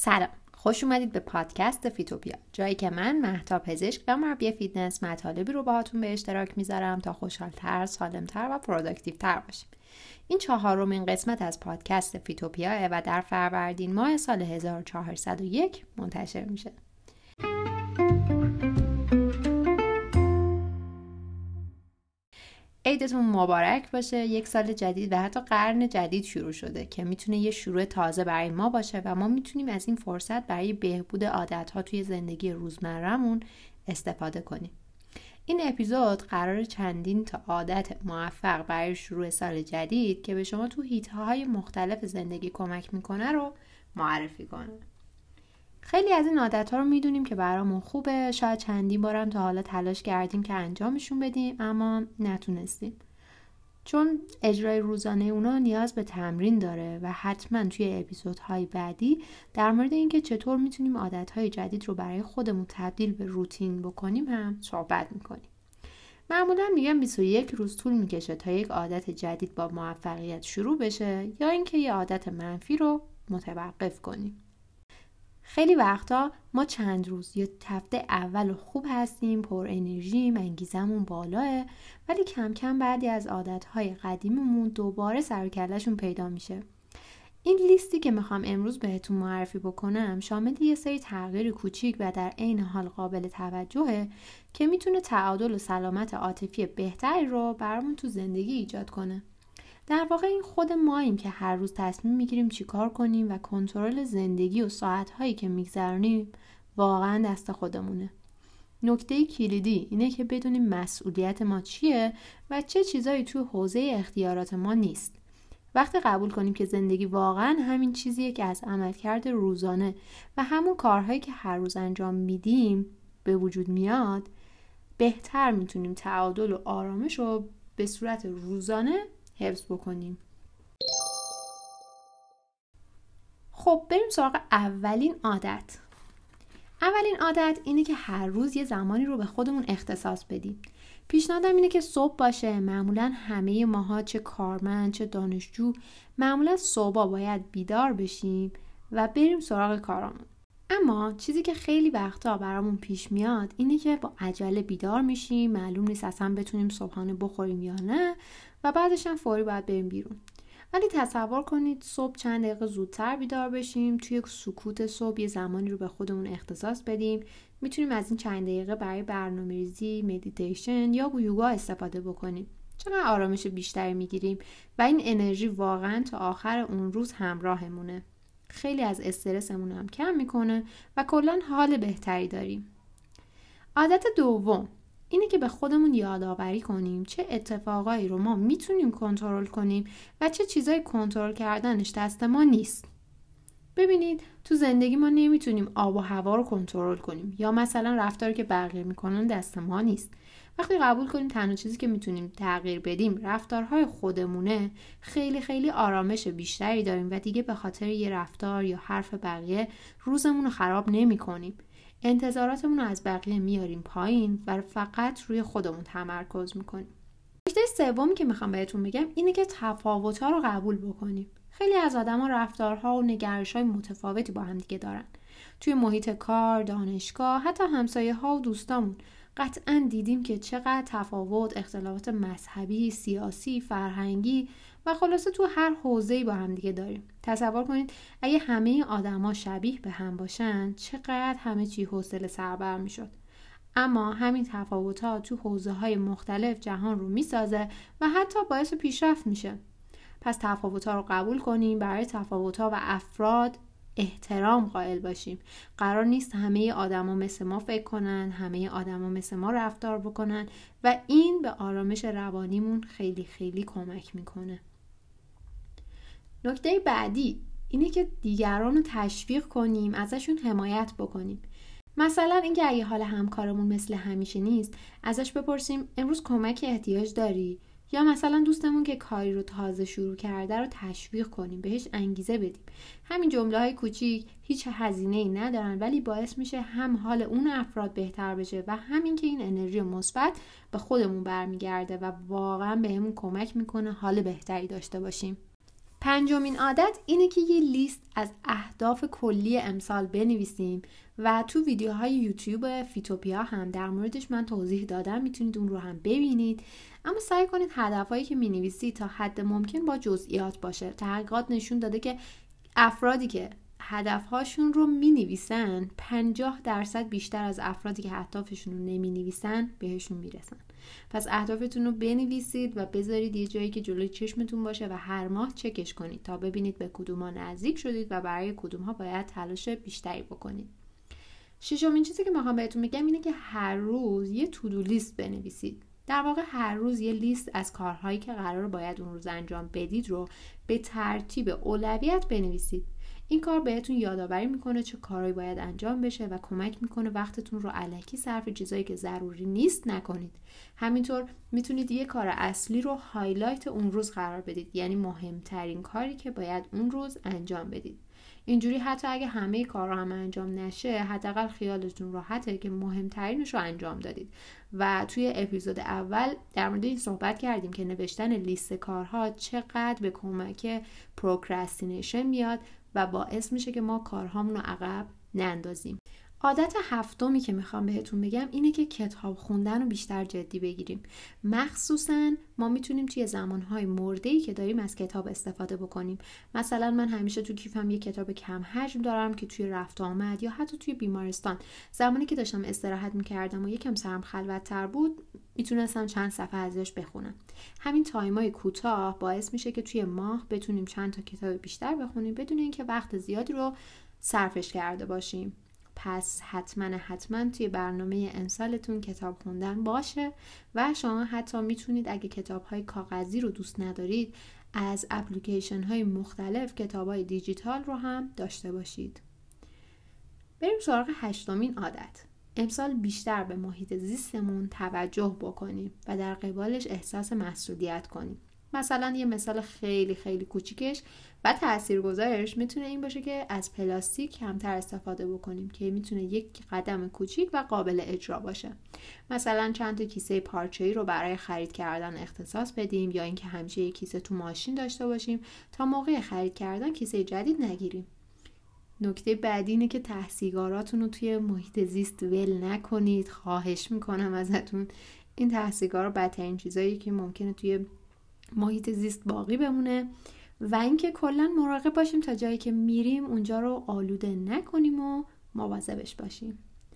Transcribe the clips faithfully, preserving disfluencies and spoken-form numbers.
سلام، خوش اومدید به پادکست فیتوپیا، جایی که من مهتاب پزشک و مربی فیتنس مطالبی رو باهاتون به اشتراک میذارم تا خوشحالتر، سالمتر و پروداکتیوتر باشیم. این چهارمین قسمت از پادکست فیتوپیا و در فروردین ماه سال هزار و چهارصد و یک منتشر میشه. عیدتون مبارک باشه. یک سال جدید و حتی قرن جدید شروع شده که میتونه یه شروع تازه برای ما باشه و ما میتونیم از این فرصت برای بهبود عادت‌ها توی زندگی روزمره‌مون استفاده کنیم. این اپیزود قرار چندین تا عادت موفق برای شروع سال جدید که به شما تو حیطه‌های مختلف زندگی کمک میکنه رو معرفی کنه. خیلی از این عادت‌ها رو میدونیم که برامون خوبه، شاید چندین بارم تا حالا تلاش کردیم که انجامشون بدیم اما نتونستیم. چون اجرای روزانه اونا نیاز به تمرین داره و حتما توی اپیزودهای بعدی در مورد اینکه چطور میتونیم عادت‌های جدید رو برای خودمون تبدیل به روتین بکنیم هم صحبت میکنیم. معمولا میگم بیست و یک روز طول میکشه تا یک عادت جدید با موفقیت شروع بشه یا اینکه یه عادت منفی رو متوقف کنیم. خیلی وقتا ما چند روز یا هفته اول خوب هستیم، پر انرژیم، انگیزمون بالاه، ولی کم کم بعدی از عادتهای قدیممون دوباره سر و کله‌شون پیدا میشه. این لیستی که میخوام امروز بهتون معرفی بکنم شامل یه سری تغییر کوچیک و در عین حال قابل توجهه که میتونه تعادل و سلامت عاطفی بهتری رو برامون تو زندگی ایجاد کنه. در واقع این خود ماییم که هر روز تصمیم میگیریم چی کار کنیم و کنترل زندگی و ساعتهایی که میگذرونیم واقعا دست خودمونه. نکته کلیدی اینه که بدونیم مسئولیت ما چیه و چه چیزایی تو حوزه اختیارات ما نیست. وقتی قبول کنیم که زندگی واقعا همین چیزیه که از عملکرد روزانه و همون کارهایی که هر روز انجام میدیم به وجود میاد، بهتر میتونیم تعادل و آرامش رو به صورت روزانه حفظ بکنیم. خب بریم سراغ اولین عادت. اولین عادت اینه که هر روز یه زمانی رو به خودمون اختصاص بدیم. پیشنهادم اینه که صبح باشه. معمولا همه ماها چه کارمند چه دانشجو معمولا صبح باید بیدار بشیم و بریم سراغ کارامون. اما چیزی که خیلی وقتا برامون پیش میاد اینه که با عجله بیدار میشیم، معلوم نیست اصلا بتونیم صبحانه بخوریم یا نه و بعدش هم فوری باید بریم بیرون. ولی تصور کنید صبح چند دقیقه زودتر بیدار بشیم، توی سکوت صبح یه زمانی رو به خودمون اختصاص بدیم. میتونیم از این چند دقیقه برای برنامه‌ریزی، مدیتیشن یا یوگا استفاده بکنیم. چقدر آرامش بیشتری میگیریم و این انرژی واقعا تا آخر اون روز همراهمونه. خیلی از استرسمون هم کم میکنه و کلاً حال بهتری داریم. عادت دوم اینه که به خودمون یادآوری کنیم چه اتفاقایی رو ما میتونیم کنترل کنیم و چه چیزای کنترل کردنش دست ما نیست. ببینید تو زندگی ما نمیتونیم آب و هوا رو کنترل کنیم یا مثلا رفتاری که بقیه میکنن دست ما نیست. وقتی قبول کنیم تنها چیزی که میتونیم تغییر بدیم رفتارهای خودمونه، خیلی خیلی آرامش بیشتری داریم و دیگه به خاطر یه رفتار یا حرف بقیه روزمون رو خراب نمی‌کنیم. انتظاراتمون رو از بقیه میاریم پایین و فقط روی خودمون تمرکز میکنیم. نکته سومی که میخوام بهتون بگم اینه که تفاوت‌ها رو قبول بکنیم. خیلی از آدم‌ها رفتارها و نگرش‌های متفاوتی با هم دیگه دارن. توی محیط کار، دانشگاه، حتی همسایه‌ها و دوستامون قطعاً دیدیم که چقدر تفاوت، اختلافات مذهبی، سیاسی، فرهنگی و خلاصه تو هر حوزه‌ای با هم دیگه داریم. تصور کنید اگه همه آدما شبیه به هم باشن چقدر همه چی حوصله سربر میشد. اما همین تفاوت‌ها تو حوزه‌های مختلف جهان رو میسازه و حتی باعث پیشرفت میشه. پس تفاوت‌ها رو قبول کنیم، برای تفاوت‌ها و افراد احترام قائل باشیم. قرار نیست همه آدما مثل ما فکر کنن، همه آدما مثل ما رفتار بکنن و این به آرامش روانیمون خیلی خیلی کمک میکنه. نکته بعدی اینه که دیگران رو تشویق کنیم، ازشون حمایت بکنیم. مثلا اینکه اگه حال همکارمون مثل همیشه نیست، ازش بپرسیم امروز کمک احتیاج داری؟ یا مثلا دوستمون که کاری رو تازه شروع کرده رو تشویق کنیم، بهش انگیزه بدیم. همین جمله‌های کوچیک هیچ هزینه‌ای ندارن ولی باعث میشه هم حال اون افراد بهتر بشه و همین که این انرژی مثبت به خودمون برمیگرده و واقعا بهمون کمک میکنه حال بهتری داشته باشیم. پنجمین عادت اینه که یه لیست از اهداف کلی امسال بنویسیم و تو ویدیوهای یوتیوب فیتوپیا هم در موردش من توضیح دادم، میتونید اون رو هم ببینید. اما سعی کنید هدفهایی که مینویسید تا حد ممکن با جزئیات باشه. تحقیقات نشون داده که افرادی که هدفهاشون رو مینویسن پنجاه درصد بیشتر از افرادی که اهدافشون رو نمینویسن بهشون میرسن. پس اهدافتون رو بنویسید و بذارید یه جایی که جلوی چشمتون باشه و هر ماه چکش کنید تا ببینید به کدوم‌ها نزدیک شدید و برای کدوم‌ها باید تلاش بیشتری بکنید. ششمین چیزی که میخوام بهتون بگم اینه که هر روز یه تودو لیست بنویسید. در واقع هر روز یه لیست از کارهایی که قراره باید اون روز انجام بدید رو به ترتیب اولویت بنویسید. این کار بهتون یادآوری میکنه چه کارهایی باید انجام بشه و کمک میکنه وقتتون رو الکی صرف چیزایی که ضروری نیست نکنید. همینطور میتونید یه کار اصلی رو هایلایت اون روز قرار بدید، یعنی مهمترین کاری که باید اون روز انجام بدید. اینجوری حتی اگه همه کارها هم انجام نشه، حداقل خیالتون راحته که مهمترینش رو انجام دادید. و توی اپیزود اول در مورد این صحبت کردیم که نوشتن لیست کارها چقدر به کمک پروکرستینیشن میاد و باعث میشه که ما کارهامون رو عقب نندازیم. عادت هفتمی که میخوام بهتون بگم اینه که کتاب خوندن رو بیشتر جدی بگیریم. مخصوصاً ما میتونیم توی زمانهای مرده‌ای که داریم از کتاب استفاده بکنیم. مثلا من همیشه تو کیفم یه کتاب کم حجم دارم که توی رفت آمد یا حتی توی بیمارستان زمانی که داشتم استراحت میکردم و یکم سرم خلوت‌تر بود میتونستم چند صفحه ازش بخونم. همین تایمای کوتاه باعث میشه که توی ماه بتونیم چند تا کتاب بیشتر بخونیم بدون اینکه وقت زیادی رو صرفش کرده باشیم. پس حتما حتما توی برنامه امسالتون کتاب خوندن باشه و شما حتی میتونید اگه کتاب‌های کاغذی رو دوست ندارید از اپلیکیشن‌های مختلف کتاب‌های دیجیتال رو هم داشته باشید. بریم سراغ هشتمین عادت. امسال بیشتر به محیط زیستمون توجه بکنیم و در قبالش احساس مسئولیت کنیم. مثلا یه مثال خیلی خیلی کوچیکش و تاثیرگذارش میتونه این باشه که از پلاستیک کمتر استفاده بکنیم که میتونه یک قدم کوچیک و قابل اجرا باشه. مثلا چند تا کیسه پارچه‌ای رو برای خرید کردن اختصاص بدیم یا اینکه همیشه یک کیسه تو ماشین داشته باشیم تا موقع خرید کردن کیسه جدید نگیریم. نکته بعدی اینه که ته سیگاراتون رو توی محیط زیست ول نکنید. خواهش میکنم ازتون. این ته سیگارا بدترین چیزایی که ممکنه توی محیط زیست باقی بمونه و اینکه کلا مراقب باشیم تا جایی که میریم اونجا رو آلوده نکنیم و مواظبش باشیم.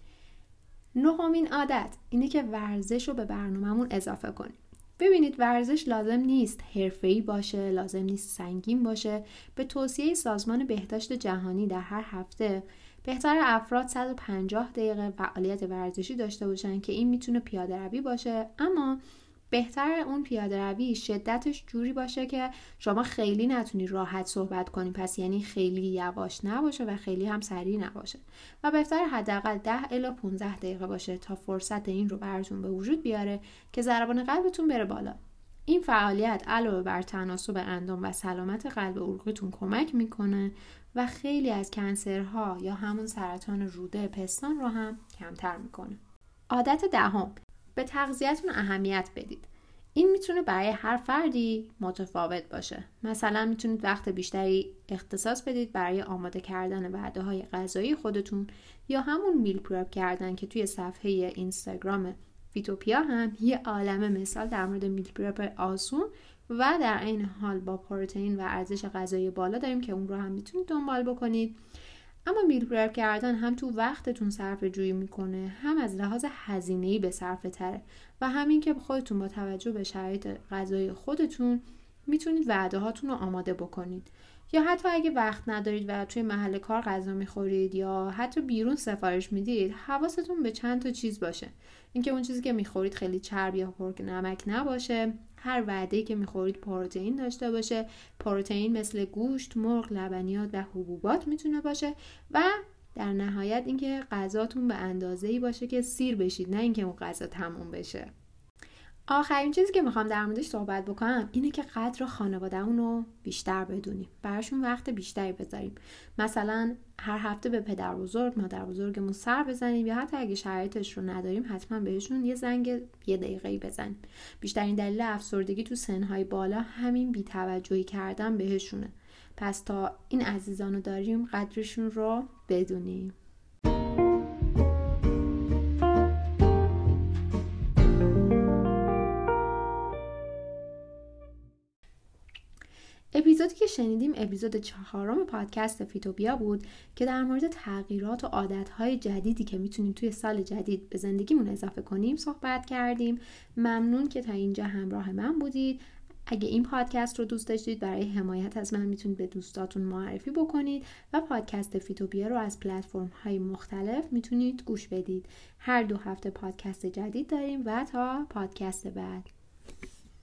نهمین عادت اینه که ورزش رو به برنامه‌مون اضافه کنیم. ببینید ورزش لازم نیست حرفه‌ای باشه، لازم نیست سنگین باشه. به توصیه سازمان بهداشت جهانی در هر هفته بهتر افراد صد و پنجاه دقیقه فعالیت ورزشی داشته باشن که این میتونه پیاده‌روی باشه، اما بهتر اون پیاده روی شدتش جوری باشه که شما خیلی نتونی راحت صحبت کنی، پس یعنی خیلی یواش نباشه و خیلی هم سریع نباشه و بهتر حداقل ده الی پانزده دقیقه باشه تا فرصت این رو براتون به وجود بیاره که ضربان قلبتون بره بالا. این فعالیت علاوه بر تناسب اندام و سلامت قلب عروقیتون کمک میکنه و خیلی از کنسرها یا همون سرطان روده پستان رو هم کمتر میکنه. عادت دهم، به تغذیه‌تون اهمیت بدید. این میتونه برای هر فردی متفاوت باشه. مثلا میتونید وقت بیشتری اختصاص بدید برای آماده کردن وعده‌های غذایی خودتون یا همون میل پرپ کردن که توی صفحه اینستاگرام فیتوپیا هم یه عالمه مثال در مورد میل پرپ آسون و در عین حال با پروتئین و ارزش غذایی بالا داریم که اون رو هم میتونید دنبال بکنید. اما میل پرپ کردن هم تو وقتتون صرفه جویی میکنه، هم از لحاظ هزینه‌ای به صرفه تره و همین که خودتون با توجه به شرایط غذایی خودتون میتونید وعده هاتون رو آماده بکنید. یا حتی اگه وقت ندارید و توی محل کار غذا میخورید یا حتی بیرون سفارش میدید، حواستون به چند تا چیز باشه. اینکه اون چیزی که میخورید خیلی چرب یا پر نمک نباشه، هر وعده‌ای که میخورید پروتئین داشته باشه. پروتئین مثل گوشت، مرغ، لبنیات و حبوبات میتونه باشه و در نهایت اینکه غذاتون به اندازه‌ای باشه که سیر بشید، نه اینکه اون غذا تموم بشه. آخرین چیزی که میخوام در موردش صحبت بکنم اینه که قدر خانواده‌مون رو بیشتر بدونیم، براشون وقت بیشتری بذاریم. مثلا هر هفته به پدر بزرگ، مادر بزرگمون سر بزنیم یا حتی اگه شرایطش رو نداریم حتما بهشون یه زنگ یه دقیقه‌ای بزنیم. بیشترین دلیل افسردگی تو سنهای بالا همین بی‌توجهی کردن بهشونه. پس تا این عزیزانو داریم قدرشون رو بدونیم. اپیزودی که شنیدیم اپیزود چهارم پادکست فیتوپیا بود که در مورد تغییرات و عادتهای جدیدی که میتونیم توی سال جدید به زندگیمون اضافه کنیم صحبت کردیم. ممنون که تا اینجا همراه من بودید. اگه این پادکست رو دوست داشتید برای حمایت از من میتونید به دوستاتون معرفی بکنید و پادکست فیتوپیا رو از پلتفرم های مختلف میتونید گوش بدید. هر دو هفته پادکست جدید داریم و تا پادکست بعد.